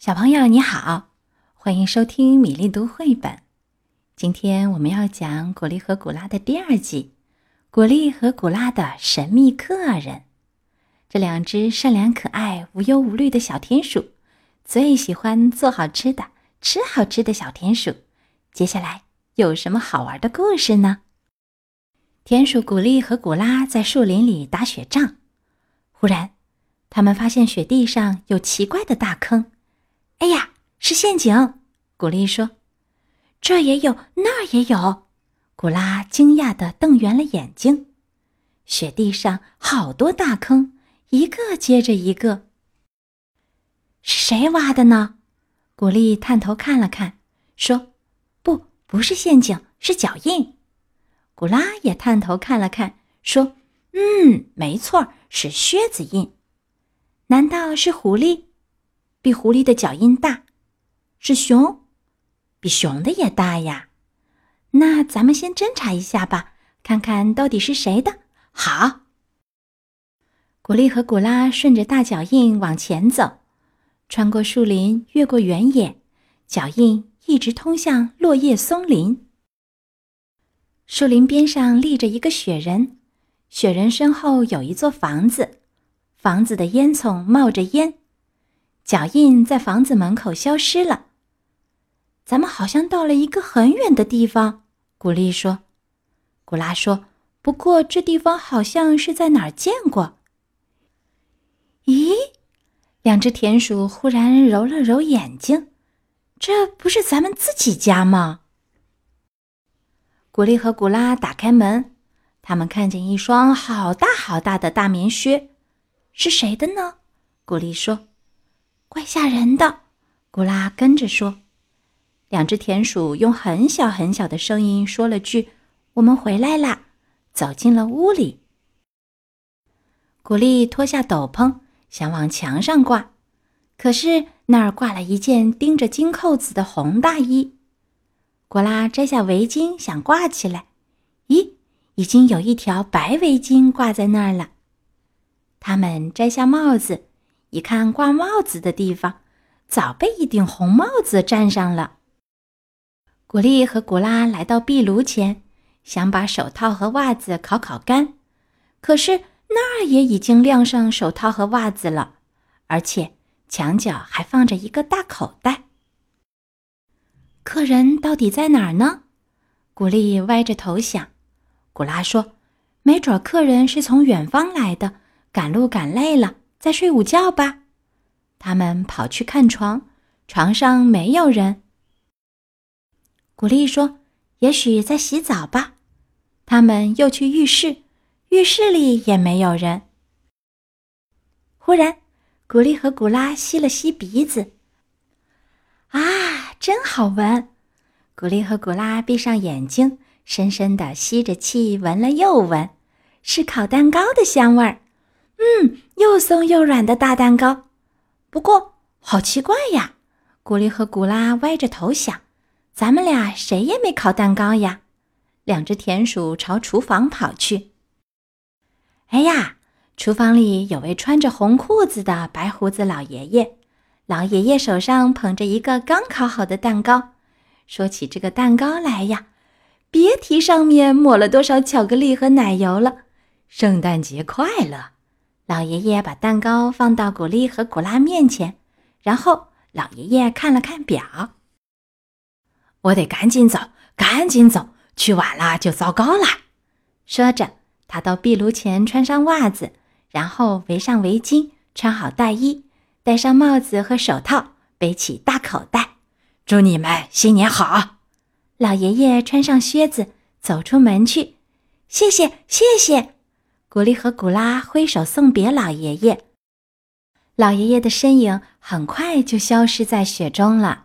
小朋友你好，欢迎收听米粒读绘本。今天我们要讲古丽和古拉的第二集，古丽和古拉的神秘客人。这两只善良可爱、无忧无虑的小田鼠，最喜欢做好吃的、吃好吃的小田鼠。接下来有什么好玩的故事呢？田鼠古丽和古拉在树林里打雪仗，忽然，他们发现雪地上有奇怪的大坑。哎呀，是陷阱！古丽说。这也有，那儿也有。古拉惊讶地瞪圆了眼睛。雪地上好多大坑，一个接着一个。是谁挖的呢？古丽探头看了看，说：不是陷阱，是脚印。古拉也探头看了看，说：没错，是靴子印。难道是狐狸？比狐狸的脚印大。是熊？比熊的也大呀。那咱们先侦查一下吧，看看到底是谁的。好。古丽和古拉顺着大脚印往前走，穿过树林，越过原野，脚印一直通向落叶松林。树林边上立着一个雪人，雪人身后有一座房子，房子的烟囱冒着烟，脚印在房子门口消失了。咱们好像到了一个很远的地方，古丽说。古拉说，不过这地方好像是在哪儿见过。咦，两只田鼠忽然揉了揉眼睛，这不是咱们自己家吗？古丽和古拉打开门，他们看见一双好大好大的大棉靴。是谁的呢？古丽说。怪吓人的，古拉跟着说。两只田鼠用很小很小的声音说了句：我们回来啦，走进了屋里。古丽脱下斗篷，想往墙上挂，可是那儿挂了一件钉着金扣子的红大衣。古拉摘下围巾想挂起来，咦，已经有一条白围巾挂在那儿了。他们摘下帽子，一看挂帽子的地方，早被一顶红帽子占上了。古丽和古拉来到壁炉前，想把手套和袜子烤干，可是那儿也已经晾上手套和袜子了，而且墙角还放着一个大口袋。客人到底在哪儿呢？古丽歪着头想。古拉说，没准客人是从远方来的，赶路赶累了，在睡午觉吧。他们跑去看床，床上没有人。古丽说，也许在洗澡吧。他们又去浴室，浴室里也没有人。忽然，古丽和古拉吸了吸鼻子。啊，真好闻！古丽和古拉闭上眼睛，深深地吸着气，闻了又闻，是烤蛋糕的香味儿。又松又软的大蛋糕。不过，好奇怪呀！古丽和古拉歪着头想，咱们俩谁也没烤蛋糕呀。两只田鼠朝厨房跑去。哎呀，厨房里有位穿着红裤子的白胡子老爷爷，老爷爷手上捧着一个刚烤好的蛋糕。说起这个蛋糕来呀，别提上面抹了多少巧克力和奶油了。圣诞节快乐！老爷爷把蛋糕放到古丽和古拉面前，然后老爷爷看了看表。我得赶紧走，赶紧走，去晚了就糟糕了。说着，他到壁炉前穿上袜子，然后围上围巾，穿好大衣，戴上帽子和手套，背起大口袋。祝你们新年好！老爷爷穿上靴子，走出门去。谢谢，谢谢！古丽和古拉挥手送别老爷爷。老爷爷的身影很快就消失在雪中了。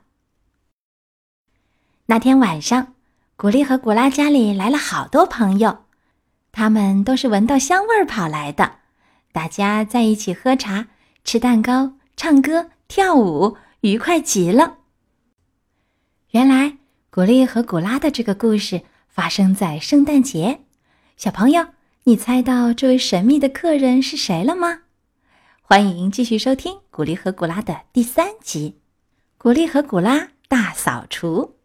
那天晚上，古丽和古拉家里来了好多朋友，他们都是闻到香味儿跑来的。大家在一起喝茶、吃蛋糕、唱歌、跳舞，愉快极了。原来，古丽和古拉的这个故事发生在圣诞节。小朋友，你猜到这位神秘的客人是谁了吗？欢迎继续收听古丽和古拉的第3集。 古丽和古拉大扫除。